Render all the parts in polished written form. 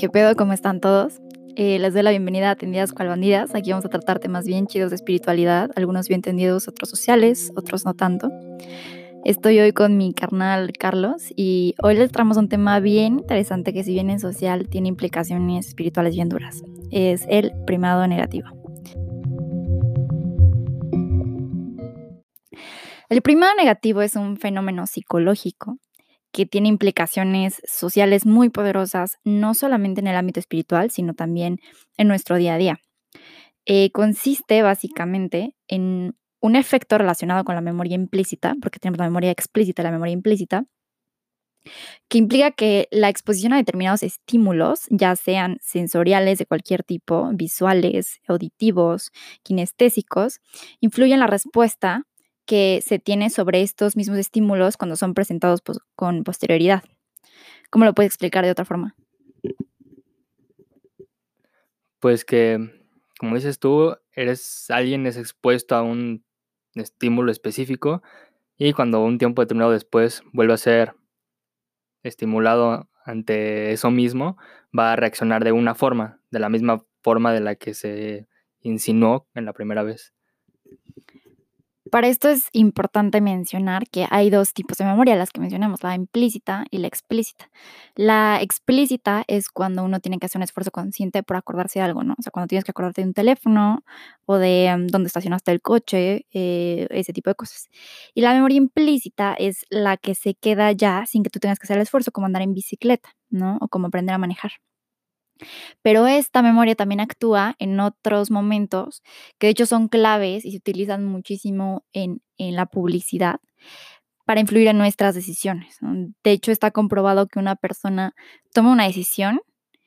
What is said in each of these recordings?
¿Qué pedo? ¿Cómo están todos? Les doy la bienvenida a Atendidas Cual Bandidas. Aquí vamos a tratar temas bien chidos de espiritualidad, algunos bien entendidos, otros sociales, otros no tanto. Estoy hoy con mi carnal Carlos y hoy les traemos un tema bien interesante que si bien es social tiene implicaciones espirituales bien duras. Es el primado negativo. El primado negativo es un fenómeno psicológico que tiene implicaciones sociales muy poderosas, no solamente en el ámbito espiritual, sino también en nuestro día a día. Consiste básicamente en un efecto relacionado con la memoria implícita, porque tenemos la memoria explícita y la memoria implícita, que implica que la exposición a determinados estímulos, ya sean sensoriales de cualquier tipo, visuales, auditivos, kinestésicos, influye en la respuesta que se tiene sobre estos mismos estímulos cuando son presentados con posterioridad. ¿Cómo lo puedes explicar de otra forma? Pues que, como dices tú, alguien es expuesto a un estímulo específico y cuando un tiempo determinado después vuelve a ser estimulado ante eso mismo, va a reaccionar de una forma, de la misma forma de la que se insinuó en la primera vez. Para esto es importante mencionar que hay dos tipos de memoria, las que mencionamos, la implícita y la explícita. La explícita es cuando uno tiene que hacer un esfuerzo consciente por acordarse de algo, ¿no? O sea, cuando tienes que acordarte de un teléfono o de dónde estacionaste el coche, ese tipo de cosas. Y la memoria implícita es la que se queda ya sin que tú tengas que hacer el esfuerzo, como andar en bicicleta, ¿no? O como aprender a manejar. Pero esta memoria también actúa en otros momentos, que de hecho son claves y se utilizan muchísimo en la publicidad para influir en nuestras decisiones, ¿no? De hecho, está comprobado que una persona toma una decisión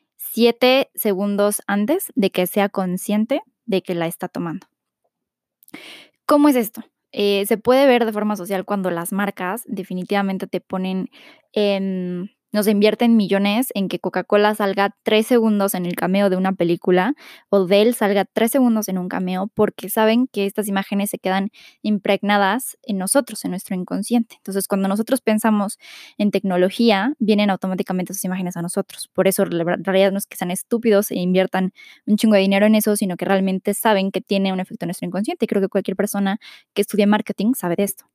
7 segundos antes de que sea consciente de que la está tomando. ¿Cómo es esto? Se puede ver de forma social cuando las marcas definitivamente te ponen nos invierten millones en que Coca-Cola salga 3 segundos en el cameo de una película, o Dell salga 3 segundos en un cameo, porque saben que estas imágenes se quedan impregnadas en nosotros, en nuestro inconsciente. Entonces, cuando nosotros pensamos en tecnología, vienen automáticamente esas imágenes a nosotros. Por eso, en realidad no es que sean estúpidos e inviertan un chingo de dinero en eso, sino que realmente saben que tiene un efecto en nuestro inconsciente. Y creo que cualquier persona que estudie marketing sabe de esto.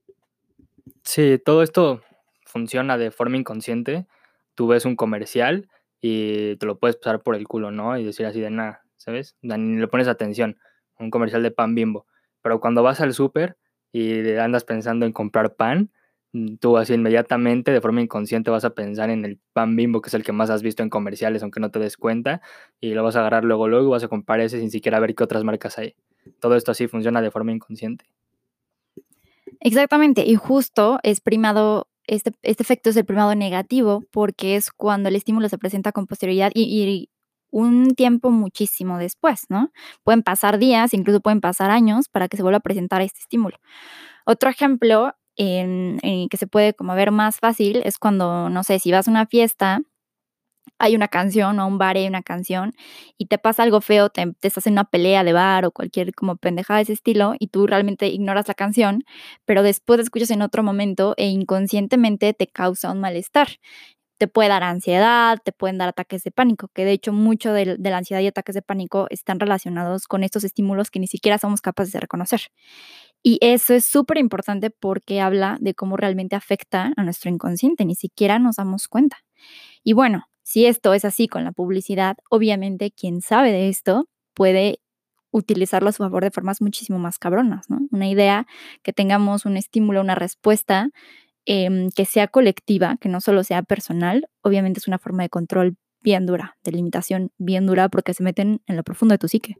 Sí, todo esto funciona de forma inconsciente. Tú ves un comercial y te lo puedes pasar por el culo, ¿no? Y decir así de nada, ¿sabes? Ni le pones atención. Un comercial de pan Bimbo. Pero cuando vas al súper y andas pensando en comprar pan, tú así inmediatamente, de forma inconsciente, vas a pensar en el pan Bimbo, que es el que más has visto en comerciales, aunque no te des cuenta, y lo vas a agarrar luego y vas a comprar ese sin siquiera ver qué otras marcas hay. Todo esto así funciona de forma inconsciente. Exactamente, y justo es primado, este efecto es el primado negativo, porque es cuando el estímulo se presenta con posterioridad y un tiempo muchísimo después, ¿no? Pueden pasar días, incluso pueden pasar años para que se vuelva a presentar este estímulo. Otro ejemplo en que se puede como ver más fácil es cuando, no sé, si vas a una fiesta, hay una canción o a un bar y hay una canción y te pasa algo feo, te estás en una pelea de bar o cualquier como pendejada de ese estilo y tú realmente ignoras la canción, pero después la escuchas en otro momento e inconscientemente te causa un malestar. Te puede dar ansiedad, te pueden dar ataques de pánico, que de hecho mucho de la ansiedad y ataques de pánico están relacionados con estos estímulos que ni siquiera somos capaces de reconocer. Y eso es súper importante porque habla de cómo realmente afecta a nuestro inconsciente, ni siquiera nos damos cuenta. Y bueno, si esto es así con la publicidad, obviamente quien sabe de esto puede utilizarlo a su favor de formas muchísimo más cabronas, ¿no? Una idea, que tengamos un estímulo, una respuesta que sea colectiva, que no solo sea personal, obviamente es una forma de control bien dura, de limitación bien dura, porque se meten en lo profundo de tu psique.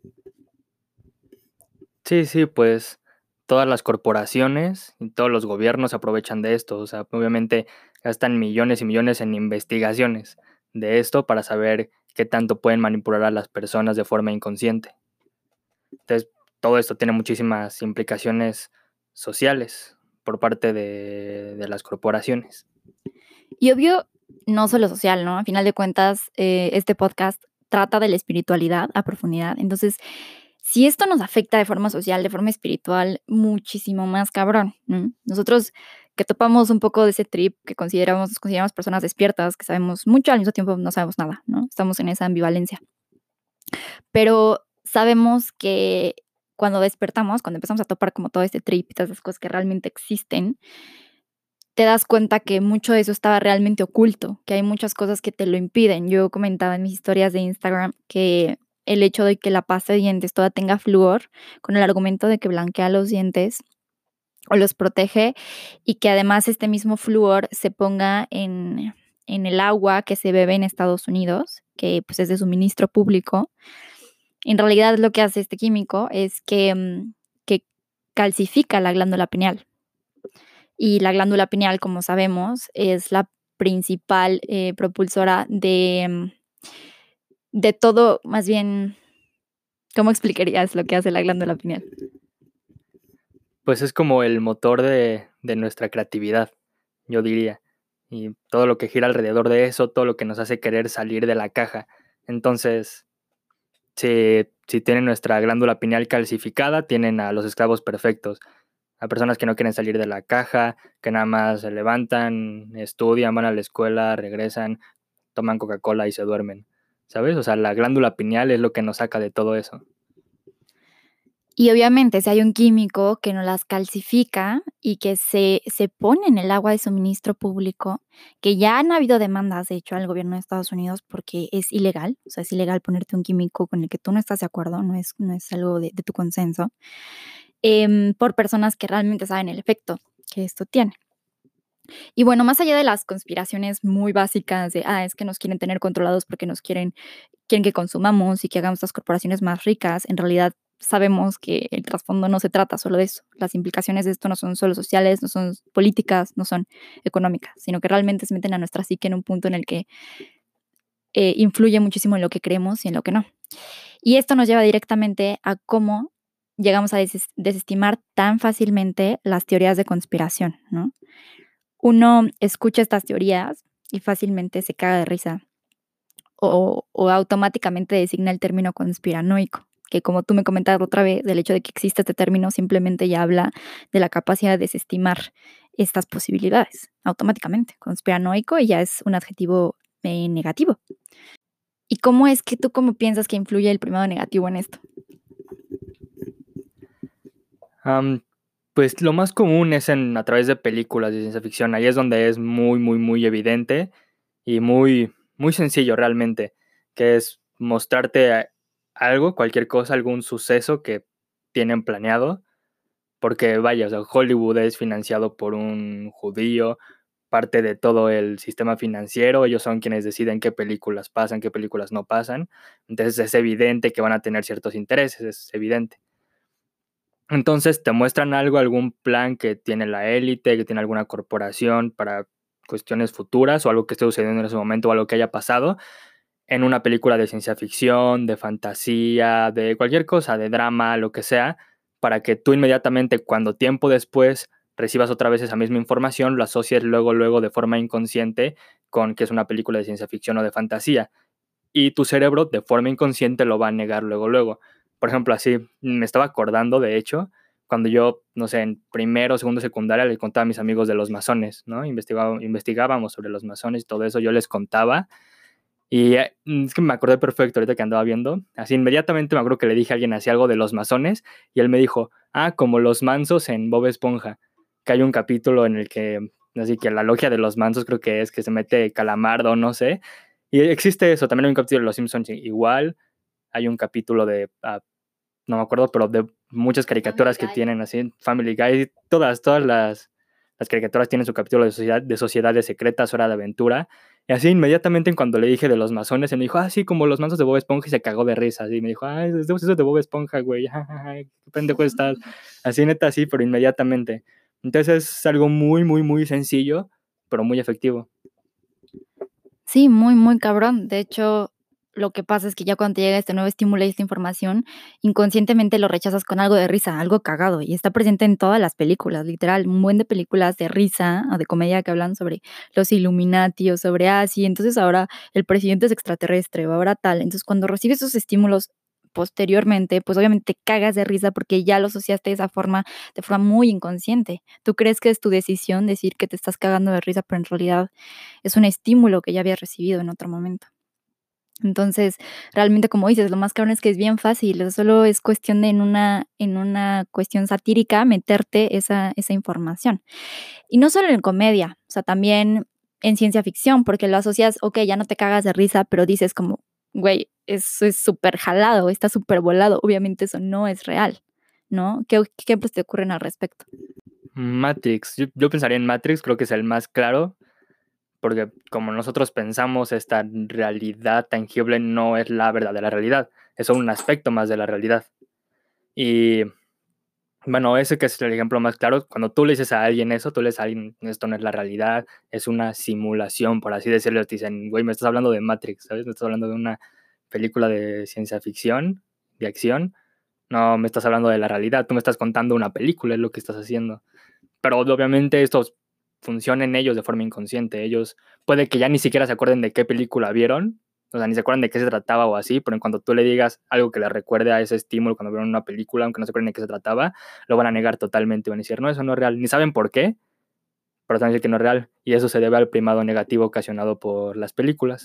Sí, sí, pues todas las corporaciones y todos los gobiernos se aprovechan de esto. O sea, obviamente gastan millones y millones en investigaciones de esto para saber qué tanto pueden manipular a las personas de forma inconsciente. Entonces, todo esto tiene muchísimas implicaciones sociales por parte de las corporaciones. Y obvio, no solo social, ¿no? A final de cuentas, este podcast trata de la espiritualidad a profundidad. Entonces, si esto nos afecta de forma social, de forma espiritual, muchísimo más cabrón, ¿no? Nosotros que topamos un poco de ese trip, que nos consideramos personas despiertas, que sabemos mucho, al mismo tiempo no sabemos nada, ¿no? Estamos en esa ambivalencia. Pero sabemos que cuando despertamos, cuando empezamos a topar como todo este trip y todas esas cosas que realmente existen, te das cuenta que mucho de eso estaba realmente oculto, que hay muchas cosas que te lo impiden. Yo comentaba en mis historias de Instagram que el hecho de que la pasta de dientes toda tenga flúor, con el argumento de que blanquea los dientes o los protege, y que además este mismo flúor se ponga en el agua que se bebe en Estados Unidos, que, pues, es de suministro público. En realidad, lo que hace este químico es que calcifica la glándula pineal. Y la glándula pineal, como sabemos, es la principal, propulsora de todo, más bien, ¿cómo explicarías lo que hace la glándula pineal? Pues es como el motor de nuestra creatividad, yo diría. Y todo lo que gira alrededor de eso, todo lo que nos hace querer salir de la caja. Entonces, si tienen nuestra glándula pineal calcificada, tienen a los esclavos perfectos. A personas que no quieren salir de la caja, que nada más se levantan, estudian, van a la escuela, regresan, toman Coca-Cola y se duermen. ¿Sabes? O sea, la glándula pineal es lo que nos saca de todo eso. Y obviamente, si hay un químico que no las calcifica y que se pone en el agua de suministro público, que ya han habido demandas, de hecho, al gobierno de Estados Unidos porque es ilegal, o sea, es ilegal ponerte un químico con el que tú no estás de acuerdo, no es algo de tu consenso, por personas que realmente saben el efecto que esto tiene. Y bueno, más allá de las conspiraciones muy básicas de, es que nos quieren tener controlados porque quieren que consumamos y que hagamos las corporaciones más ricas, en realidad sabemos que el trasfondo no se trata solo de eso. Las implicaciones de esto no son solo sociales, no son políticas, no son económicas, sino que realmente se meten a nuestra psique en un punto en el que influye muchísimo en lo que creemos y en lo que no. Y esto nos lleva directamente a cómo llegamos a desestimar tan fácilmente las teorías de conspiración, ¿no? Uno escucha estas teorías y fácilmente se caga de risa o automáticamente designa el término conspiranoico, que como tú me comentabas otra vez, del hecho de que existe este término simplemente ya habla de la capacidad de desestimar estas posibilidades automáticamente. Conspiranoico y ya es un adjetivo negativo. ¿Y cómo es que tú cómo piensas que influye el primado negativo en esto? Pues lo más común es a través de películas de ciencia ficción. Ahí es donde es muy, muy, muy evidente y muy, muy sencillo realmente, que es mostrarte algo, cualquier cosa, algún suceso que tienen planeado, porque vaya, o sea, Hollywood es financiado por un judío, parte de todo el sistema financiero, ellos son quienes deciden qué películas pasan, qué películas no pasan, entonces es evidente que van a tener ciertos intereses, es evidente. Entonces te muestran algo, algún plan que tiene la élite, que tiene alguna corporación para cuestiones futuras o algo que esté sucediendo en ese momento o algo que haya pasado en una película de ciencia ficción, de fantasía, de cualquier cosa, de drama, lo que sea, para que tú inmediatamente, cuando tiempo después recibas otra vez esa misma información, lo asocies luego, luego de forma inconsciente con que es una película de ciencia ficción o de fantasía. Y tu cerebro de forma inconsciente lo va a negar luego, luego. Por ejemplo, así me estaba acordando, de hecho, cuando yo, no sé, en primero o segundo secundaria le contaba a mis amigos de los masones, ¿no? Investigábamos sobre los masones y todo eso, yo les contaba. Y es que me acordé perfecto ahorita que andaba viendo. Así inmediatamente me acuerdo que le dije a alguien así algo de los masones y él me dijo, como los mansos en Bob Esponja, que hay un capítulo en el que, así que la logia de los mansos creo que es que se mete Calamardo, no sé. Y existe eso, también hay un capítulo de Los Simpsons igual, hay un capítulo de, no me acuerdo, pero de muchas caricaturas que tienen así, Family Guy, todas las caricaturas tienen su capítulo de sociedades secretas, Hora de Aventura. Y así inmediatamente cuando le dije de los masones, él me dijo, sí, como los mansos de Bob Esponja, y se cagó de risa. Así me dijo, eso es de Bob Esponja, güey, qué pendejo estás. Así neta, así, pero inmediatamente. Entonces es algo muy, muy, muy sencillo, pero muy efectivo. Sí, muy, muy cabrón. De hecho, lo que pasa es que ya cuando te llega este nuevo estímulo y esta información, inconscientemente lo rechazas con algo de risa, algo cagado, y está presente en todas las películas, literal, un buen de películas de risa o de comedia que hablan sobre los Illuminati o sobre, sí, entonces ahora el presidente es extraterrestre o ahora tal. Entonces, cuando recibes esos estímulos posteriormente, pues obviamente te cagas de risa porque ya lo asociaste de forma muy inconsciente. Tú crees que es tu decisión decir que te estás cagando de risa, pero en realidad es un estímulo que ya habías recibido en otro momento. Entonces, realmente, como dices, lo más cabrón es que es bien fácil, solo es cuestión de en una cuestión satírica meterte esa información. Y no solo en comedia, o sea, también en ciencia ficción, porque lo asocias, okey, ya no te cagas de risa, pero dices como: "Güey, eso es súper jalado, está súper volado, obviamente eso no es real", ¿no? ¿Qué ejemplos te ocurren al respecto? Matrix, yo pensaría en Matrix, creo que es el más claro, porque como nosotros pensamos, esta realidad tangible no es la verdadera realidad, es solo un aspecto más de la realidad. Y bueno, ese que es el ejemplo más claro, cuando tú le dices a alguien eso, tú le dices a alguien, esto no es la realidad, es una simulación, por así decirlo, te dicen, güey, me estás hablando de Matrix, ¿sabes? Me estás hablando de una película de ciencia ficción, de acción, no me estás hablando de la realidad, tú me estás contando una película, es lo que estás haciendo. Pero obviamente esto funciona en ellos de forma inconsciente. Ellos puede que ya ni siquiera se acuerden de qué película vieron, o sea, ni se acuerdan de qué se trataba o así, pero en cuanto tú le digas algo que les recuerde a ese estímulo cuando vieron una película, aunque no se acuerden de qué se trataba, lo van a negar totalmente. Van a decir, no, eso no es real. Ni saben por qué, pero van a decir que no es real. Y eso se debe al primado negativo ocasionado por las películas.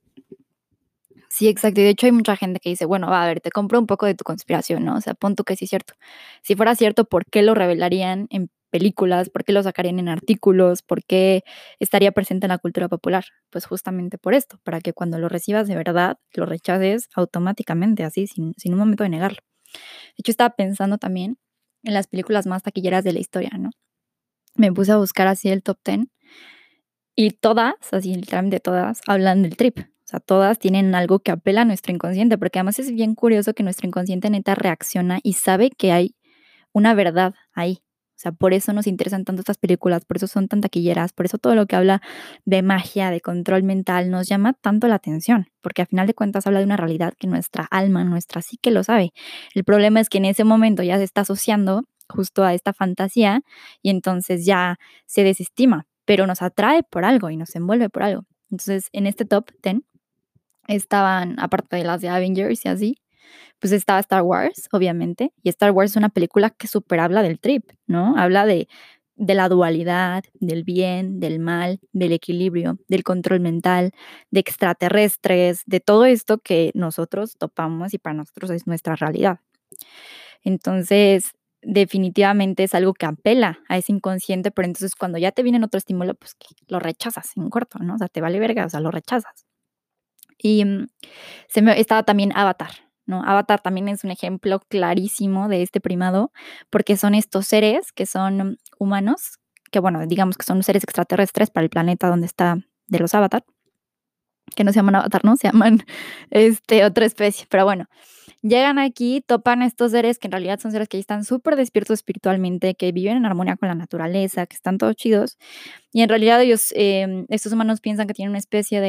Sí, exacto. Y de hecho hay mucha gente que dice, bueno, va a ver, te compro un poco de tu conspiración, ¿no? O sea, pon tú que sí es cierto. Si fuera cierto, ¿por qué lo revelarían en películas? ¿Por qué lo sacarían en artículos? ¿Por qué estaría presente en la cultura popular? Pues justamente por esto, para que cuando lo recibas de verdad, lo rechaces automáticamente, así, sin un momento de negarlo. De hecho, estaba pensando también en las películas más taquilleras de la historia, ¿no? Me puse a buscar así el top 10 y todas, así literalmente todas, hablan del trip. O sea, todas tienen algo que apela a nuestro inconsciente, porque además es bien curioso que nuestro inconsciente neta reacciona y sabe que hay una verdad ahí. O sea, por eso nos interesan tanto estas películas, por eso son tan taquilleras, por eso todo lo que habla de magia, de control mental, nos llama tanto la atención, porque a final de cuentas habla de una realidad que nuestra alma, nuestra psique lo sabe. El problema es que en ese momento ya se está asociando justo a esta fantasía y entonces ya se desestima, pero nos atrae por algo y nos envuelve por algo. Entonces, en este top 10 estaban, aparte de las de Avengers y así, pues estaba Star Wars, obviamente, y Star Wars es una película que súper habla del trip, ¿no? Habla de la dualidad, del bien, del mal, del equilibrio, del control mental, de extraterrestres, de todo esto que nosotros topamos y para nosotros es nuestra realidad. Entonces, definitivamente es algo que apela a ese inconsciente, pero entonces cuando ya te viene otro estímulo, pues que lo rechazas en corto, ¿no? O sea, te vale verga, o sea, lo rechazas. Y, se me estaba también Avatar, ¿no? Avatar también es un ejemplo clarísimo de este primado, porque son estos seres que son humanos, que bueno, digamos que son seres extraterrestres para el planeta donde está de los Avatar, que no se llaman Avatar, ¿no? Se llaman, otra especie, pero bueno, llegan aquí, topan a estos seres que en realidad son seres que ya están súper despiertos espiritualmente, que viven en armonía con la naturaleza, que están todos chidos, y en realidad ellos, estos humanos piensan que tienen una especie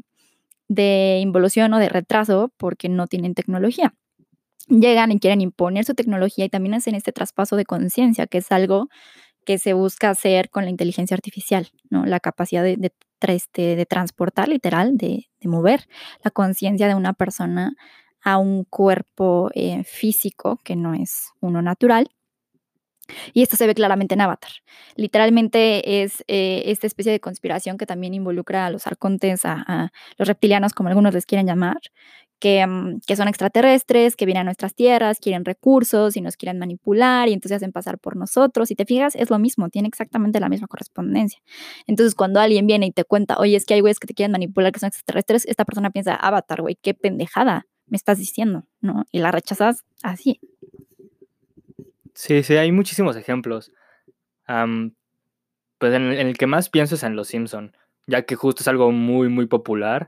de involución o de retraso porque no tienen tecnología. Llegan y quieren imponer su tecnología y también hacen este traspaso de conciencia, que es algo que se busca hacer con la inteligencia artificial, ¿no? La capacidad de transportar, literal, de mover la conciencia de una persona a un cuerpo físico que no es uno natural. Y esto se ve claramente en Avatar. Literalmente es esta especie de conspiración que también involucra a los arcontes, a los reptilianos, como algunos les quieren llamar, que son extraterrestres, que vienen a nuestras tierras, quieren recursos y nos quieren manipular y entonces hacen pasar por nosotros. Si te fijas, es lo mismo, tiene exactamente la misma correspondencia. Entonces, cuando alguien viene y te cuenta, oye, es que hay güeyes que te quieren manipular, que son extraterrestres, esta persona piensa, Avatar, güey, qué pendejada me estás diciendo, ¿no? Y la rechazas así. Sí, sí, hay muchísimos ejemplos. Am, pues en el que más pienso es en Los Simpson, ya que justo es algo muy, muy popular,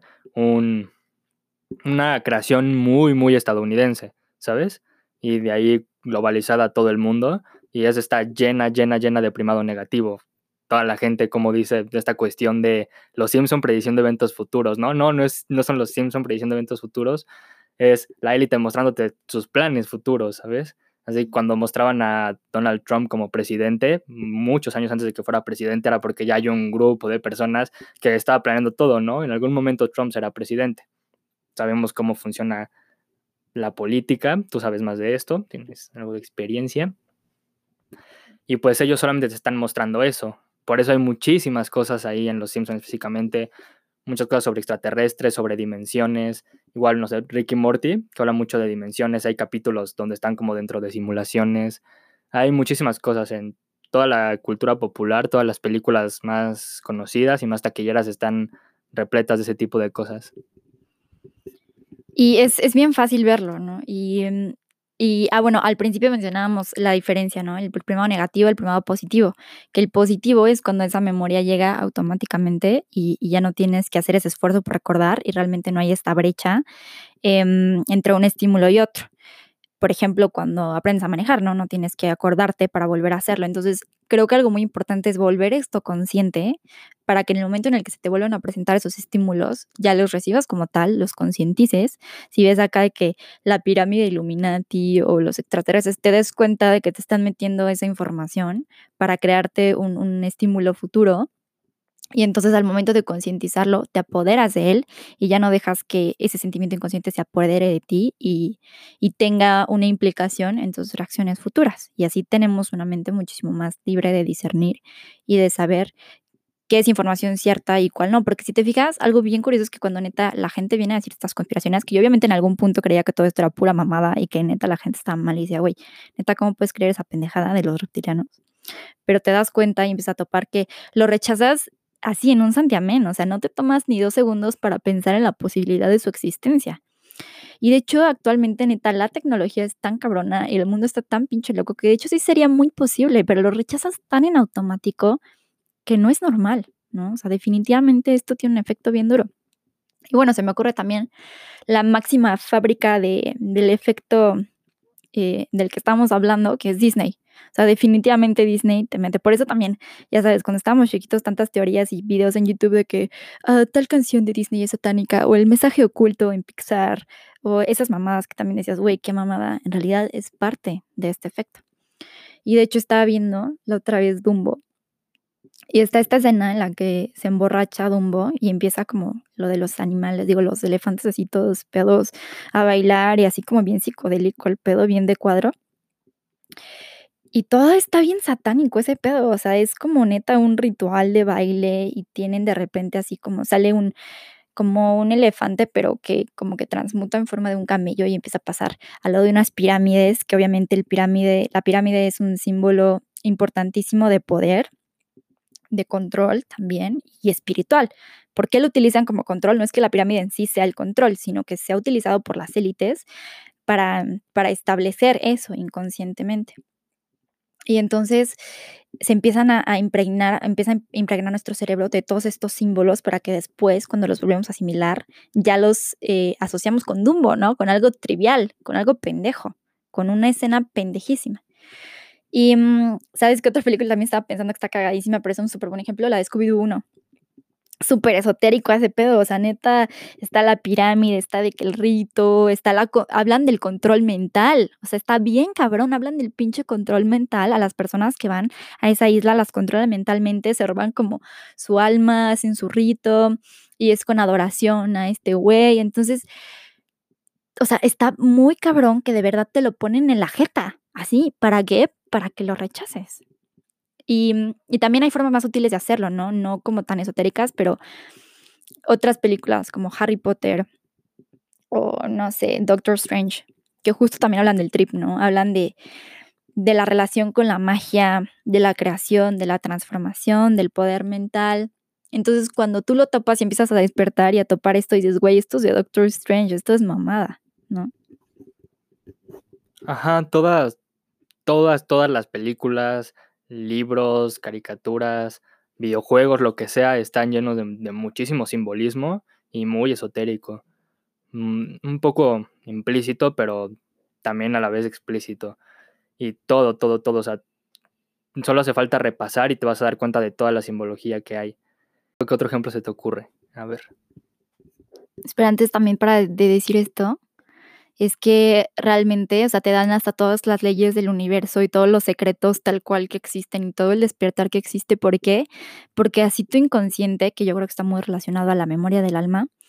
una creación muy, muy estadounidense, ¿sabes? Y de ahí globalizada a todo el mundo, y eso está llena, llena, llena de primado negativo. Toda la gente, como dice, de esta cuestión de los Simpson prediciendo eventos futuros, ¿no? No son los Simpson prediciendo eventos futuros, es la élite mostrándote sus planes futuros, ¿sabes? Así cuando mostraban a Donald Trump como presidente, muchos años antes de que fuera presidente, era porque ya hay un grupo de personas que estaba planeando todo, ¿no? En algún momento Trump será presidente. Sabemos cómo funciona la política, tú sabes más de esto, tienes algo de experiencia, y pues ellos solamente te están mostrando eso. Por eso hay muchísimas cosas ahí en Los Simpsons físicamente, muchas cosas sobre extraterrestres, sobre dimensiones, igual, no sé, Rick y Morty, que habla mucho de dimensiones, hay capítulos donde están como dentro de simulaciones, hay muchísimas cosas en toda la cultura popular, todas las películas más conocidas y más taquilleras están repletas de ese tipo de cosas. Y es bien fácil verlo, ¿no? Bueno, al principio mencionábamos la diferencia, ¿no? El primado negativo, el primado positivo, que el positivo es cuando esa memoria llega automáticamente y ya no tienes que hacer ese esfuerzo por recordar y realmente no hay esta brecha, entre un estímulo y otro. Por ejemplo, cuando aprendes a manejar, ¿no? No tienes que acordarte para volver a hacerlo. Entonces, creo que algo muy importante es volver esto consciente para que en el momento en el que se te vuelvan a presentar esos estímulos, ya los recibas como tal, los concientices. Si ves acá de que la pirámide Illuminati o los extraterrestres, te des cuenta de que te están metiendo esa información para crearte un estímulo futuro y entonces al momento de concientizarlo, te apoderas de él y ya no dejas que ese sentimiento inconsciente se apodere de ti y tenga una implicación en tus reacciones futuras. Y así tenemos una mente muchísimo más libre de discernir y de saber qué es información cierta y cuál no. Porque si te fijas, algo bien curioso es que cuando neta la gente viene a decir estas conspiraciones, que yo obviamente en algún punto creía que todo esto era pura mamada y que neta la gente estaba mal y decía, güey, neta, ¿cómo puedes creer esa pendejada de los reptilianos? Pero te das cuenta y empiezas a topar que lo rechazas así en un santiamén, o sea, no te tomas ni 2 segundos para pensar en la posibilidad de su existencia. Y de hecho, actualmente, neta, la tecnología es tan cabrona y el mundo está tan pinche loco que de hecho sí sería muy posible, pero lo rechazas tan en automático que no es normal, ¿no? O sea, definitivamente esto tiene un efecto bien duro. Y bueno, se me ocurre también la máxima fábrica del efecto del que estábamos hablando, que es Disney. O sea, definitivamente Disney te mete. Por eso también, ya sabes, cuando estábamos chiquitos, tantas teorías y videos en YouTube de que tal canción de Disney es satánica, o el mensaje oculto en Pixar, o esas mamadas que también decías, güey, qué mamada, en realidad es parte de este efecto. Y de hecho estaba viendo la otra vez Dumbo, y está esta escena en la que se emborracha Dumbo y empieza como lo de los animales, digo, los elefantes así todos pedos a bailar y así como bien psicodélico el pedo, bien de cuadro. Y todo está bien satánico ese pedo, o sea, es como neta un ritual de baile y tienen de repente así como sale como un elefante, pero que como que transmuta en forma de un camello y empieza a pasar al lado de unas pirámides, que obviamente la pirámide es un símbolo importantísimo de poder, de control también y espiritual. ¿Por qué lo utilizan como control? No es que la pirámide en sí sea el control, sino que se ha utilizado por las élites para establecer eso inconscientemente. Y entonces se empiezan a impregnar empieza a impregnar nuestro cerebro de todos estos símbolos para que después, cuando los volvemos a asimilar, ya los, asociamos con Dumbo, ¿no? Con algo trivial, con algo pendejo, con una escena pendejísima. Y, ¿sabes qué otra película también estaba pensando que está cagadísima, pero es un súper buen ejemplo? La de Scooby-Doo 1. Súper esotérico ese pedo, o sea, neta, está la pirámide, está de que el rito, está hablan del control mental, o sea, está bien cabrón, hablan del pinche control mental, a las personas que van a esa isla las controlan mentalmente, se roban como su alma, hacen su rito, y es con adoración a este güey, entonces, o sea, está muy cabrón que de verdad te lo ponen en la jeta, así, ¿para qué? Para que lo rechaces. Y también hay formas más útiles de hacerlo, ¿no? No como tan esotéricas, pero otras películas como Harry Potter o, no sé, Doctor Strange, que justo también hablan del trip, ¿no? Hablan de la relación con la magia, de la creación, de la transformación, del poder mental. Entonces, cuando tú lo topas y empiezas a despertar y a topar esto, y dices: "Güey, esto es de Doctor Strange, esto es mamada", ¿no? Ajá, todas las películas, libros, caricaturas, videojuegos, lo que sea, están llenos de muchísimo simbolismo y muy esotérico. Un poco implícito, pero también a la vez explícito. Y todo, o sea, solo hace falta repasar y te vas a dar cuenta de toda la simbología que hay. ¿Qué otro ejemplo se te ocurre? A ver. Espera, antes también de decir esto, es que realmente, o sea, te dan hasta todas las leyes del universo y todos los secretos tal cual que existen y todo el despertar que existe. ¿Por qué? Porque así tu inconsciente, que yo creo que está muy relacionado a la memoria del alma,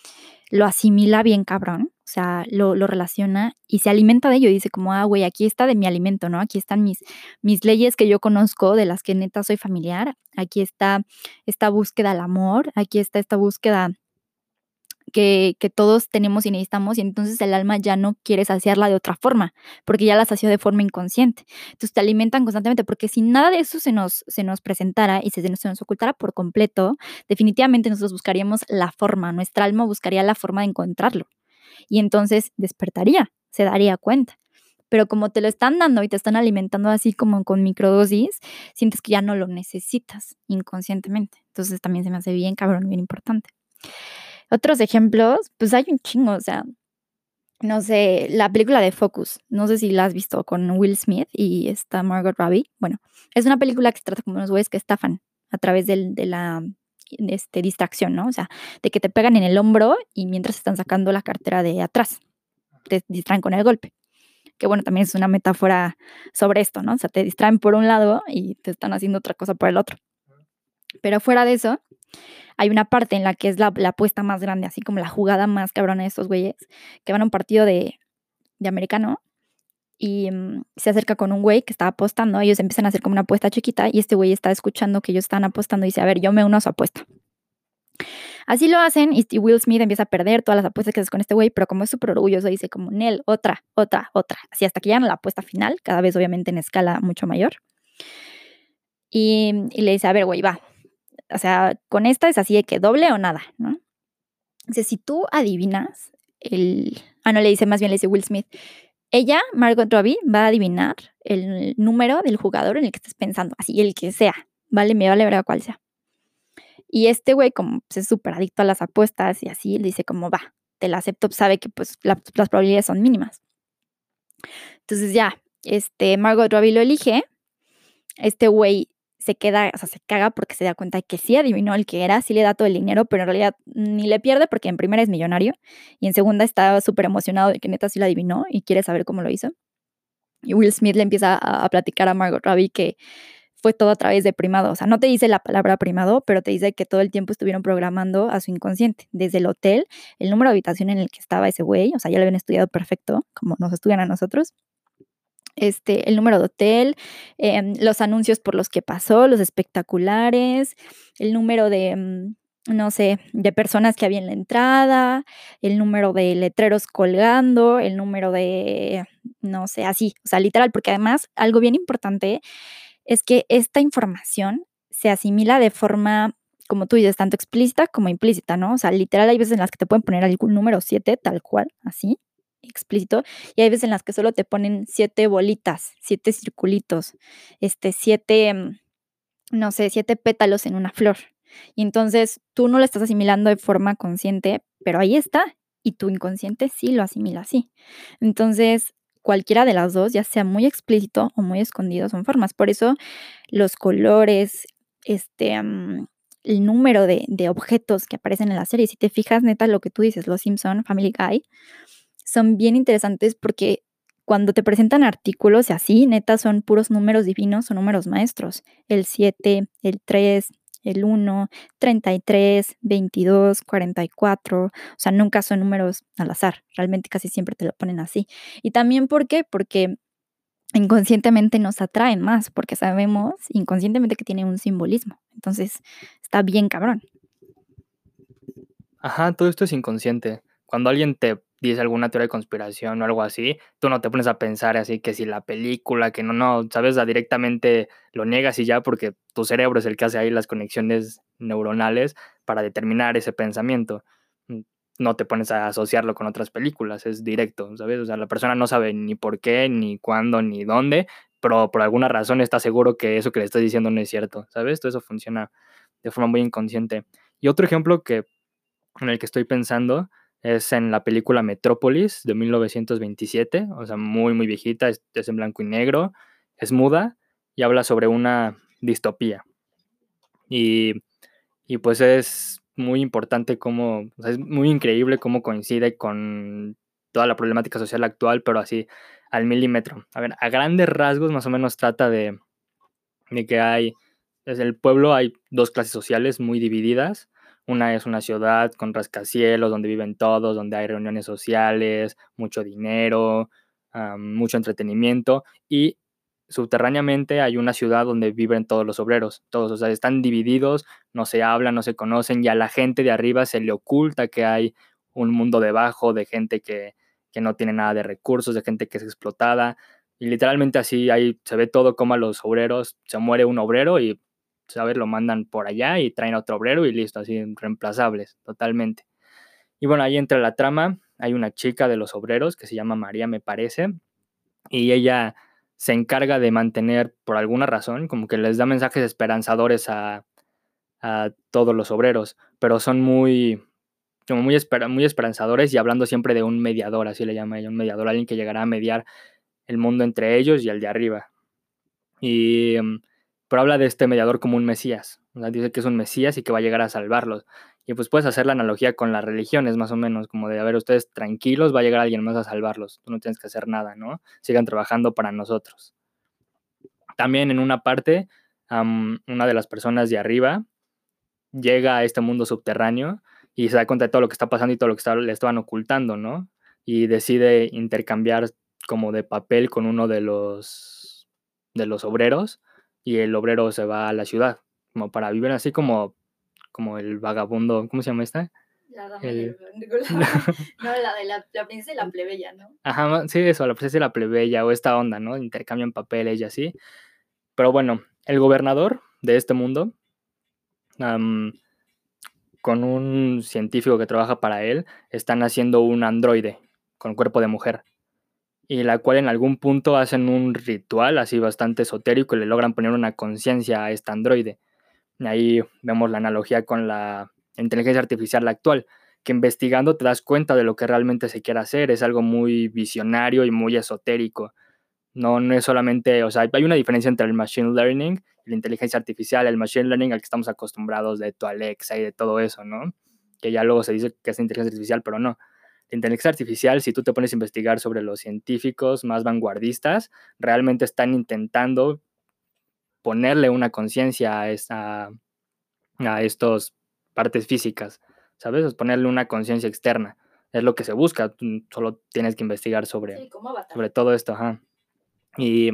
lo asimila bien cabrón, o sea, lo relaciona y se alimenta de ello. Y dice como, güey, aquí está de mi alimento, ¿no? Aquí están mis leyes que yo conozco, de las que neta soy familiar. Aquí está esta búsqueda al amor, aquí está esta búsqueda que todos tenemos y necesitamos, y entonces el alma ya no quiere saciarla de otra forma, porque ya la sació de forma inconsciente. Entonces te alimentan constantemente, porque si nada de eso se nos presentara y se nos ocultara por completo, definitivamente nosotros buscaríamos la forma, nuestra alma buscaría la forma de encontrarlo, y entonces despertaría, se daría cuenta. Pero como te lo están dando y te están alimentando así como con microdosis, sientes que ya no lo necesitas inconscientemente. Entonces también se me hace bien cabrón, bien importante. Otros ejemplos, pues hay un chingo, o sea, no sé, la película de Focus, no sé si la has visto con Will Smith y está Margot Robbie. Bueno, es una película que se trata como unos güeyes que estafan a través de la distracción, ¿no? O sea, de que te pegan en el hombro y mientras están sacando la cartera de atrás, te distraen con el golpe. Que bueno, también es una metáfora sobre esto, ¿no? O sea, te distraen por un lado y te están haciendo otra cosa por el otro. Pero fuera de eso, hay una parte en la que es la apuesta más grande, así como la jugada más cabrona de estos güeyes, que van a un partido de americano y se acerca con un güey que está apostando. Ellos empiezan a hacer como una apuesta chiquita y este güey está escuchando que ellos están apostando y dice, a ver, yo me uno a su apuesta. Así lo hacen y Will Smith empieza a perder todas las apuestas que hace con este güey, pero como es súper orgulloso, dice como, Nel, otra, otra, otra. Así hasta que llegan a la apuesta final, cada vez obviamente en escala mucho mayor. Y le dice, a ver, güey, va. O sea, con esta es así de que doble o nada, ¿no? Dice, si tú adivinas no, le dice, más bien le dice Will Smith, ella, Margot Robbie, va a adivinar el número del jugador en el que estés pensando, así, el que sea, vale, me vale ver cuál sea. Y este güey, como pues, es súper adicto a las apuestas y así, le dice como, va, te la acepto, sabe que pues las probabilidades son mínimas. Entonces ya, Margot Robbie lo elige, este güey se queda, o sea, se caga porque se da cuenta de que sí adivinó el que era, sí le da todo el dinero, pero en realidad ni le pierde porque en primera es millonario y en segunda está súper emocionado de que neta sí lo adivinó y quiere saber cómo lo hizo. Y Will Smith le empieza a platicar a Margot Robbie que fue todo a través de primado. O sea, no te dice la palabra primado, pero te dice que todo el tiempo estuvieron programando a su inconsciente. Desde el hotel, el número de habitación en el que estaba ese güey, o sea, ya lo habían estudiado perfecto, como nos estudian a nosotros. El número de hotel, los anuncios por los que pasó, los espectaculares, el número de, no sé, de personas que había en la entrada, el número de letreros colgando, el número de, no sé, así, o sea, literal, porque además algo bien importante es que esta información se asimila de forma, como tú dices, tanto explícita como implícita, ¿no? O sea, literal hay veces en las que te pueden poner algún número 7 tal cual, así, explícito, y hay veces en las que solo te ponen 7 bolitas, 7 circulitos, 7, no sé, 7 pétalos en una flor. Y entonces tú no lo estás asimilando de forma consciente, pero ahí está, y tu inconsciente sí lo asimila así. Entonces, cualquiera de las dos, ya sea muy explícito o muy escondido, son formas. Por eso los colores, el número de objetos que aparecen en la serie, si te fijas, neta, lo que tú dices, Los Simpson, Family Guy, son bien interesantes porque cuando te presentan artículos y así, neta, son puros números divinos o números maestros. El 7, el 3, el 1, 33, 22, 44. O sea, nunca son números al azar. Realmente casi siempre te lo ponen así. Y también, ¿por qué? Porque inconscientemente nos atraen más, porque sabemos inconscientemente que tiene un simbolismo. Entonces, está bien cabrón. Ajá, todo esto es inconsciente. Cuando alguien te dice alguna teoría de conspiración o algo así, tú no te pones a pensar así que si la película, que no, sabes, directamente lo niegas y ya porque tu cerebro es el que hace ahí las conexiones neuronales para determinar ese pensamiento. No te pones a asociarlo con otras películas, es directo, ¿sabes? O sea, la persona no sabe ni por qué, ni cuándo, ni dónde, pero por alguna razón está seguro que eso que le estás diciendo no es cierto, ¿sabes? Todo eso funciona de forma muy inconsciente. Y otro ejemplo en el que estoy pensando es en la película Metrópolis de 1927, o sea, muy, muy viejita, es en blanco y negro, es muda y habla sobre una distopía. Y, y pues es muy importante cómo, o sea, es muy increíble cómo coincide con toda la problemática social actual, pero así al milímetro. A ver, a grandes rasgos más o menos trata de que desde el pueblo hay dos clases sociales muy divididas. Una es una ciudad con rascacielos, donde viven todos, donde hay reuniones sociales, mucho dinero, mucho entretenimiento, y subterráneamente hay una ciudad donde viven todos los obreros, todos, o sea, están divididos, no se hablan, no se conocen, y a la gente de arriba se le oculta que hay un mundo debajo de gente que no tiene nada de recursos, de gente que es explotada, y literalmente así ahí se ve todo como a los obreros, se muere un obrero y, ¿sabes? Lo mandan por allá y traen a otro obrero y listo, así reemplazables, totalmente. Y bueno, ahí entra la trama, hay una chica de los obreros que se llama María, me parece, y ella se encarga de mantener, por alguna razón, como que les da mensajes esperanzadores a todos los obreros, pero son muy esperanzadores y hablando siempre de un mediador, así le llama ella, un mediador, alguien que llegará a mediar el mundo entre ellos y el de arriba. Y, pero habla de este mediador como un mesías, o sea, dice que es un mesías y que va a llegar a salvarlos. Y pues puedes hacer la analogía con las religiones, más o menos, como de, a ver, ustedes tranquilos, va a llegar alguien más a salvarlos, tú no tienes que hacer nada, ¿no? Sigan trabajando para nosotros. También en una parte, una de las personas de arriba llega a este mundo subterráneo y se da cuenta de todo lo que está pasando y todo lo que le estaban ocultando, ¿no? Y decide intercambiar como de papel con uno de los obreros y el obrero se va a la ciudad, como para vivir así como el vagabundo, ¿cómo se llama esta? La dama y El... el no, la de la princesa y la plebeya, ¿no? Ajá, sí, eso, la princesa y la plebeya o esta onda, ¿no? Intercambian papeles y así. Pero bueno, el gobernador de este mundo, um, con un científico que trabaja para él, están haciendo un androide con cuerpo de mujer, y la cual en algún punto hacen un ritual así bastante esotérico y le logran poner una conciencia a este androide. Y ahí vemos la analogía con la inteligencia artificial actual, que investigando te das cuenta de lo que realmente se quiere hacer, es algo muy visionario y muy esotérico. No, no es solamente, o sea, hay una diferencia entre el machine learning y la inteligencia artificial. El machine learning al que estamos acostumbrados de tu Alexa y de todo eso, ¿no? Que ya luego se dice que es inteligencia artificial, pero no. La inteligencia artificial, si tú te pones a investigar sobre los científicos más vanguardistas, realmente están intentando ponerle una conciencia a estos partes físicas, ¿sabes? Es ponerle una conciencia externa. Es lo que se busca. Tú solo tienes que investigar Sí, como Avatar. sobre todo esto, ajá. Y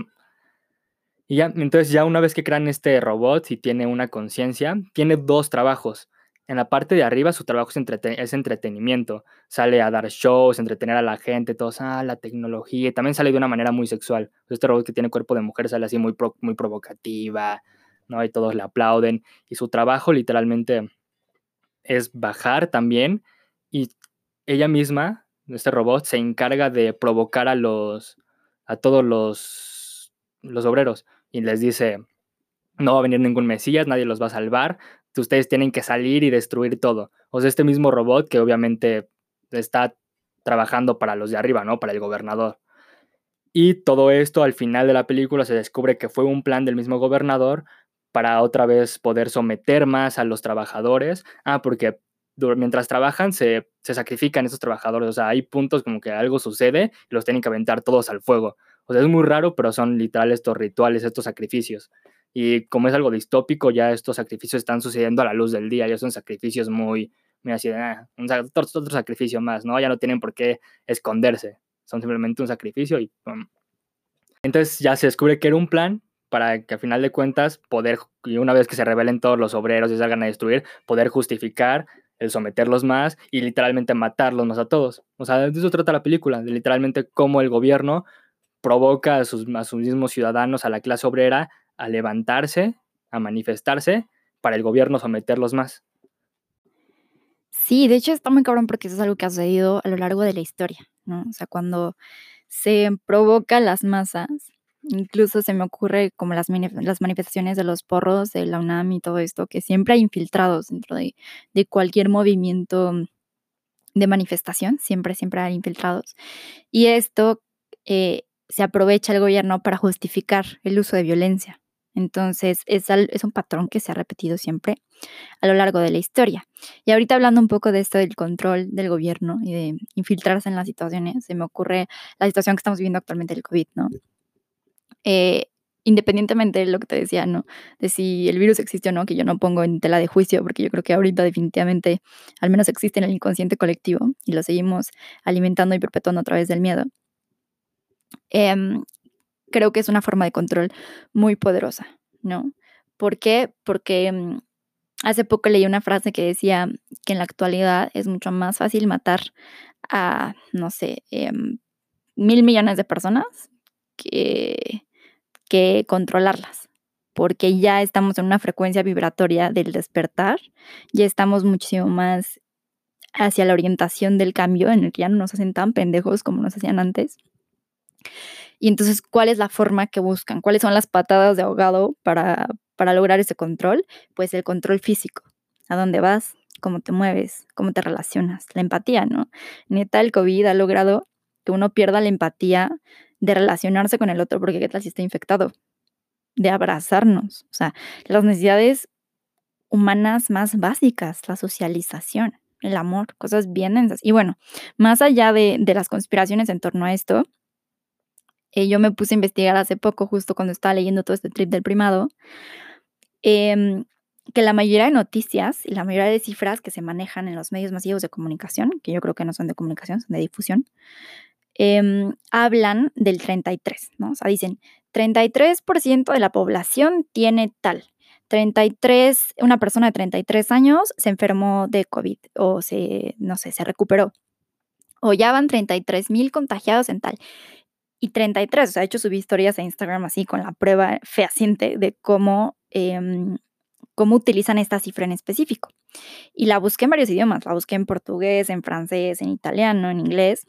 Y ya, entonces ya una vez que crean este robot y tiene una conciencia, tiene dos trabajos. En la parte de arriba su trabajo es entretenimiento. Sale a dar shows, entretener a la gente, todos, la tecnología. Y también sale de una manera muy sexual. Este robot que tiene cuerpo de mujer sale así muy provocativa, ¿no? Y todos le aplauden. Y su trabajo literalmente es bajar también. Y ella misma, este robot, se encarga de provocar a todos los obreros y les dice, no va a venir ningún mesías, nadie los va a salvar, ustedes tienen que salir y destruir todo. O sea, este mismo robot que obviamente está trabajando para los de arriba, ¿no? Para el gobernador. Y todo esto al final de la película se descubre que fue un plan del mismo gobernador para otra vez poder someter más a los trabajadores. Porque mientras trabajan se sacrifican esos trabajadores. O sea, hay puntos como que algo sucede y los tienen que aventar todos al fuego. O sea, es muy raro, pero son literal estos rituales, estos sacrificios. Y como es algo distópico, ya estos sacrificios están sucediendo a la luz del día. Ya son sacrificios muy, muy así de, otro sacrificio más, ¿no? Ya no tienen por qué esconderse, son simplemente un sacrificio y ¡pum! Entonces ya se descubre que era un plan para que al final de cuentas poder, y una vez que se rebelen todos los obreros y salgan a destruir, poder justificar el someterlos más y literalmente matarlos más a todos. O sea, de eso trata la película, de literalmente cómo el gobierno provoca a sus mismos ciudadanos, a la clase obrera, a levantarse, a manifestarse, para el gobierno someterlos más. Sí, de hecho está muy cabrón porque eso es algo que ha sucedido a lo largo de la historia, ¿no? O sea, cuando se provoca las masas, incluso se me ocurre como las manifestaciones de los porros de la UNAM y todo esto, que siempre hay infiltrados dentro de cualquier movimiento de manifestación, siempre hay infiltrados. Y esto, se aprovecha el gobierno para justificar el uso de violencia. Entonces, es un patrón que se ha repetido siempre a lo largo de la historia. Y ahorita hablando un poco de esto del control del gobierno y de infiltrarse en las situaciones, se me ocurre la situación que estamos viviendo actualmente del COVID, ¿no? Eh, independientemente de lo que te decía, ¿no? De si el virus existe o no, que yo no pongo en tela de juicio, porque yo creo que ahorita definitivamente al menos existe en el inconsciente colectivo y lo seguimos alimentando y perpetuando a través del miedo. Creo que es una forma de control muy poderosa, ¿no? ¿Por qué? Porque hace poco leí una frase que decía que en la actualidad es mucho más fácil matar a, no sé, 1.000 millones de personas que, que controlarlas, porque ya estamos en una frecuencia vibratoria del despertar, ya estamos muchísimo más hacia la orientación del cambio, en el que ya no nos hacen tan pendejos como nos hacían antes. Y entonces, ¿cuál es la forma que buscan? ¿Cuáles son las patadas de ahogado para lograr ese control? Pues el control físico. ¿A dónde vas? ¿Cómo te mueves? ¿Cómo te relacionas? La empatía, ¿no? Neta, el COVID ha logrado que uno pierda la empatía de relacionarse con el otro, porque ¿qué tal si está infectado? De abrazarnos. O sea, las necesidades humanas más básicas, la socialización, el amor, cosas bien densas. Y bueno, más allá de las conspiraciones en torno a esto, yo me puse a investigar hace poco, justo cuando estaba leyendo todo este trip del primado, em, que la mayoría de noticias y la mayoría de cifras que se manejan en los medios masivos de comunicación, que yo creo que no son de comunicación, son de difusión, hablan del 33, ¿no? O sea, dicen, 33% de la población tiene tal. 33, una persona de 33 años se enfermó de COVID o no sé, se recuperó. O ya van 33,000 contagiados en tal. Y 33, o sea, de hecho subí historias a Instagram así con la prueba fehaciente de cómo utilizan esta cifra en específico. Y la busqué en varios idiomas, la busqué en portugués, en francés, en italiano, en inglés.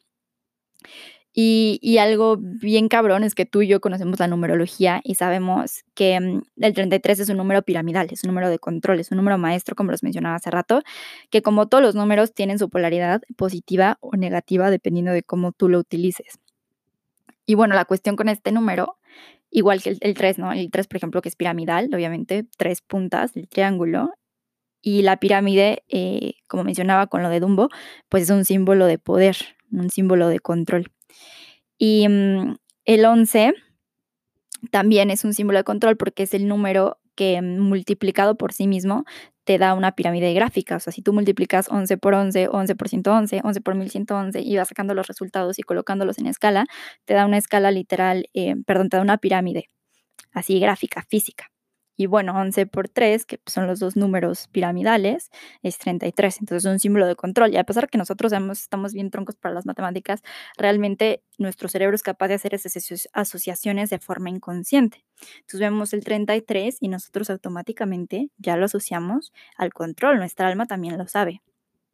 Y algo bien cabrón es que tú y yo conocemos la numerología y sabemos que el 33 es un número piramidal, es un número de control, es un número maestro, como los mencionaba hace rato, que como todos los números tienen su polaridad positiva o negativa dependiendo de cómo tú lo utilices. Y bueno, la cuestión con este número, igual que el 3, ¿no? El 3, por ejemplo, que es piramidal, obviamente, 3 puntas, el triángulo, y la pirámide, como mencionaba con lo de Dumbo, pues es un símbolo de poder, un símbolo de control. Y el 11 también es un símbolo de control porque es el número que multiplicado por sí mismo te da una pirámide gráfica. O sea, si tú multiplicas 11 por 11, 11 por 111, 11 por 1111 y vas sacando los resultados y colocándolos en escala, te da una escala literal, te da una pirámide así gráfica, física. Y bueno, 11 por 3, que son los dos números piramidales, es 33. Entonces es un símbolo de control. Y a pesar de que nosotros estamos bien troncos para las matemáticas, realmente nuestro cerebro es capaz de hacer esas asociaciones de forma inconsciente. Entonces vemos el 33 y nosotros automáticamente ya lo asociamos al control. Nuestra alma también lo sabe.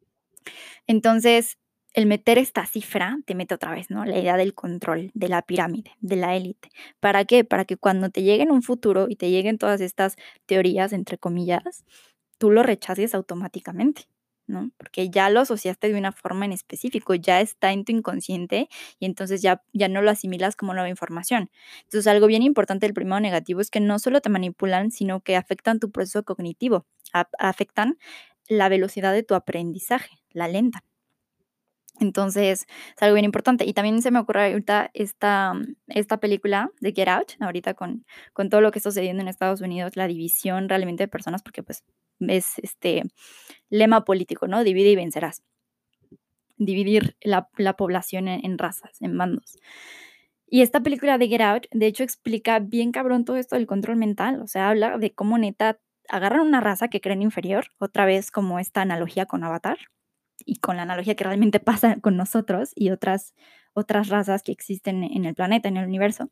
Entonces, el meter esta cifra te mete otra vez, ¿no? La idea del control, de la pirámide, de la élite. ¿Para qué? Para que cuando te llegue en un futuro y te lleguen todas estas teorías, entre comillas, tú lo rechaces automáticamente, ¿no? Porque ya lo asociaste de una forma en específico, ya está en tu inconsciente y entonces ya no lo asimilas como nueva información. Entonces, algo bien importante del primero negativo es que no solo te manipulan, sino que afectan tu proceso cognitivo, afectan la velocidad de tu aprendizaje, la alentan. Entonces, es algo bien importante. Y también se me ocurre ahorita esta película de Get Out, ahorita con todo lo que está sucediendo en Estados Unidos, la división realmente de personas, porque pues es lema político, ¿no? Divide y vencerás. Dividir la población en razas, en bandos. Y esta película de Get Out, de hecho, explica bien cabrón todo esto del control mental. O sea, habla de cómo neta agarran una raza que creen inferior, otra vez como esta analogía con Avatar y con la analogía que realmente pasa con nosotros y otras razas que existen en el planeta, en el universo,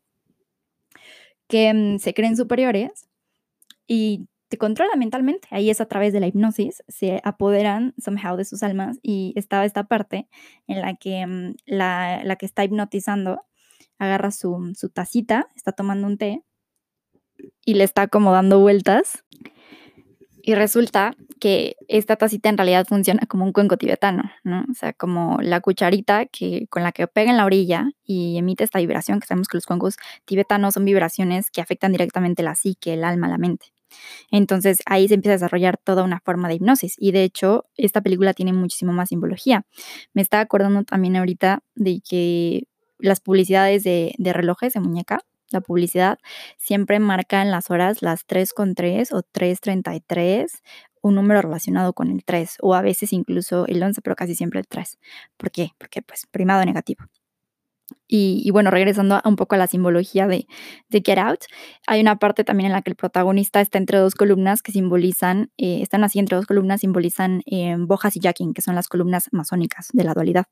que se creen superiores y te controlan mentalmente. Ahí es a través de la hipnosis, se apoderan somehow de sus almas y estaba esta parte en la que la que está hipnotizando agarra su tacita, está tomando un té y le está como dando vueltas. Y resulta que esta tacita en realidad funciona como un cuenco tibetano, ¿no? O sea, como la cucharita con la que pega en la orilla y emite esta vibración, que sabemos que los cuencos tibetanos son vibraciones que afectan directamente la psique, el alma, la mente. Entonces ahí se empieza a desarrollar toda una forma de hipnosis y de hecho esta película tiene muchísimo más simbología. Me estaba acordando también ahorita de que las publicidades de relojes de muñeca la publicidad, siempre marca en las horas las 3:03 o 3:33, un número relacionado con el 3, o a veces incluso el 11, pero casi siempre el 3. ¿Por qué? Porque, pues, primado negativo. Y bueno, regresando a un poco a la simbología de Get Out, hay una parte también en la que el protagonista está entre 2 columnas que simbolizan, están así entre 2 columnas, simbolizan, Bojas y Jaqen, que son las columnas masónicas de la dualidad.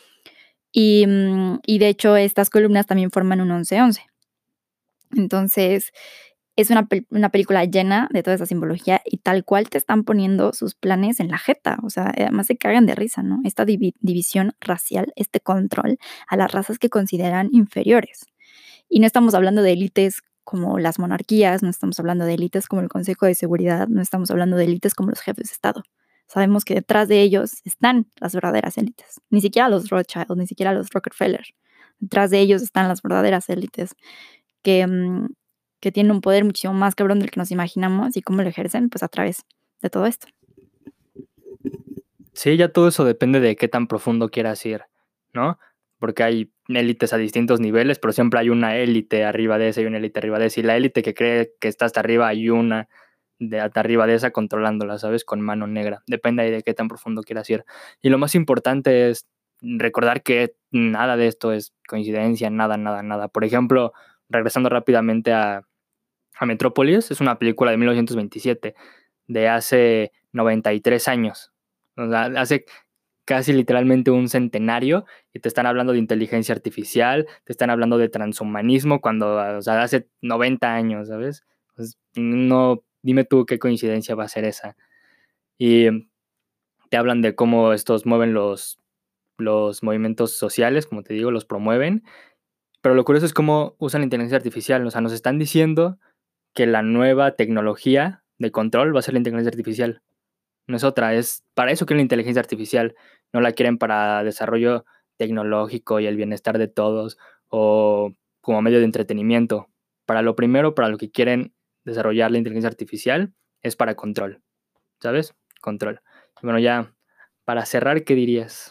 Y de hecho, estas columnas también forman un 11-11. Entonces, es una película llena de toda esa simbología y tal cual te están poniendo sus planes en la jeta, o sea, además se cagan de risa, ¿no? Esta división racial, este control a las razas que consideran inferiores. Y no estamos hablando de élites como las monarquías, no estamos hablando de élites como el Consejo de Seguridad, no estamos hablando de élites como los jefes de Estado. Sabemos que detrás de ellos están las verdaderas élites, ni siquiera los Rothschild, ni siquiera los Rockefeller. Detrás de ellos están las verdaderas élites que, que tienen un poder muchísimo más cabrón del que nos imaginamos y cómo lo ejercen, pues a través de todo esto. Sí, ya todo eso depende de qué tan profundo quieras ir, ¿no? Porque hay élites a distintos niveles, pero siempre hay una élite arriba de esa y una élite arriba de esa. Y la élite que cree que está hasta arriba, hay una de hasta arriba de esa controlándola, ¿sabes? Con mano negra. Depende ahí de qué tan profundo quieras ir. Y lo más importante es recordar que nada de esto es coincidencia, nada, nada, nada. Por ejemplo, regresando rápidamente a Metrópolis, es una película de 1927, de hace 93 años. O sea, hace casi literalmente un centenario y te están hablando de inteligencia artificial, te están hablando de transhumanismo cuando, o sea, hace 90 años, ¿sabes? Pues no, dime tú qué coincidencia va a ser esa. Y te hablan de cómo estos mueven los movimientos sociales, como te digo, los promueven, pero lo curioso es cómo usan la inteligencia artificial, o sea, nos están diciendo que la nueva tecnología de control va a ser la inteligencia artificial. No es otra, es para eso que la inteligencia artificial no la quieren para desarrollo tecnológico y el bienestar de todos o como medio de entretenimiento. Para lo primero, para lo que quieren desarrollar la inteligencia artificial es para control, ¿sabes? Control. Bueno, ya para cerrar, ¿qué dirías?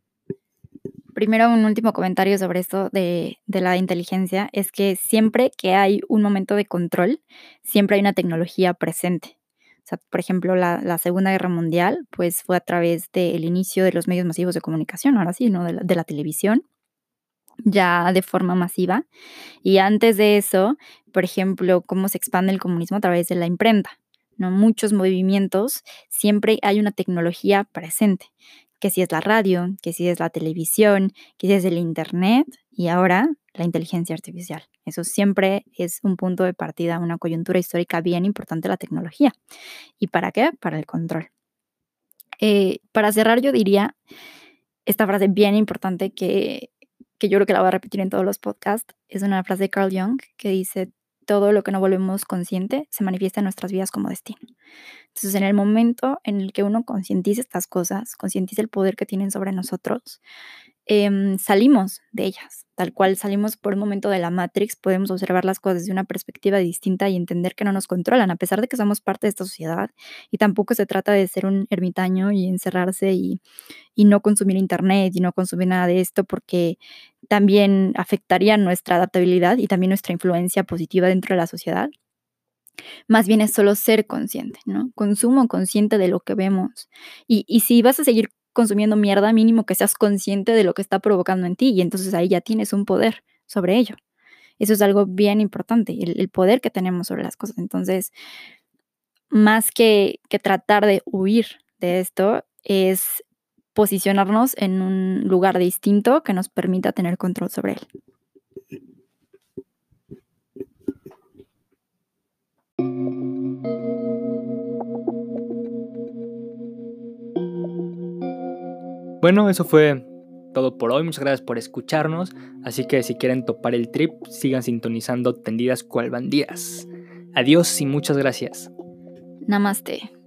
Primero, un último comentario sobre esto de la inteligencia, es que siempre que hay un momento de control, siempre hay una tecnología presente. O sea, por ejemplo, la Segunda Guerra Mundial, pues, fue a través del inicio de los medios masivos de comunicación, ahora sí, ¿no? De la televisión, ya de forma masiva. Y antes de eso, por ejemplo, cómo se expande el comunismo a través de la imprenta, ¿no? Muchos movimientos, siempre hay una tecnología presente, que si es la radio, que si es la televisión, que si es el internet y ahora la inteligencia artificial. Eso siempre es un punto de partida, una coyuntura histórica bien importante de la tecnología. ¿Y para qué? Para el control. Para cerrar, yo diría esta frase bien importante que yo creo que la voy a repetir en todos los podcasts. Es una frase de Carl Jung que dice: "Todo lo que no volvemos consciente se manifiesta en nuestras vidas como destino". Entonces, en el momento en el que uno concientiza estas cosas, concientiza el poder que tienen sobre nosotros, salimos de ellas, tal cual salimos por un momento de la Matrix, podemos observar las cosas desde una perspectiva distinta y entender que no nos controlan, a pesar de que somos parte de esta sociedad. Y tampoco se trata de ser un ermitaño y encerrarse y no consumir internet y no consumir nada de esto, porque también afectaría nuestra adaptabilidad y también nuestra influencia positiva dentro de la sociedad. Más bien es solo ser consciente, ¿no? Consumo consciente de lo que vemos. Y si vas a seguir consumiendo mierda, mínimo que seas consciente de lo que está provocando en ti, y entonces ahí ya tienes un poder sobre ello. Eso es algo bien importante, el poder que tenemos sobre las cosas. Entonces, más que tratar de huir de esto, es posicionarnos en un lugar distinto que nos permita tener control sobre él. Bueno, eso fue todo por hoy. Muchas gracias por escucharnos. Así que si quieren topar el trip, sigan sintonizando Tendidas cual bandidas. Adiós y muchas gracias. Namaste.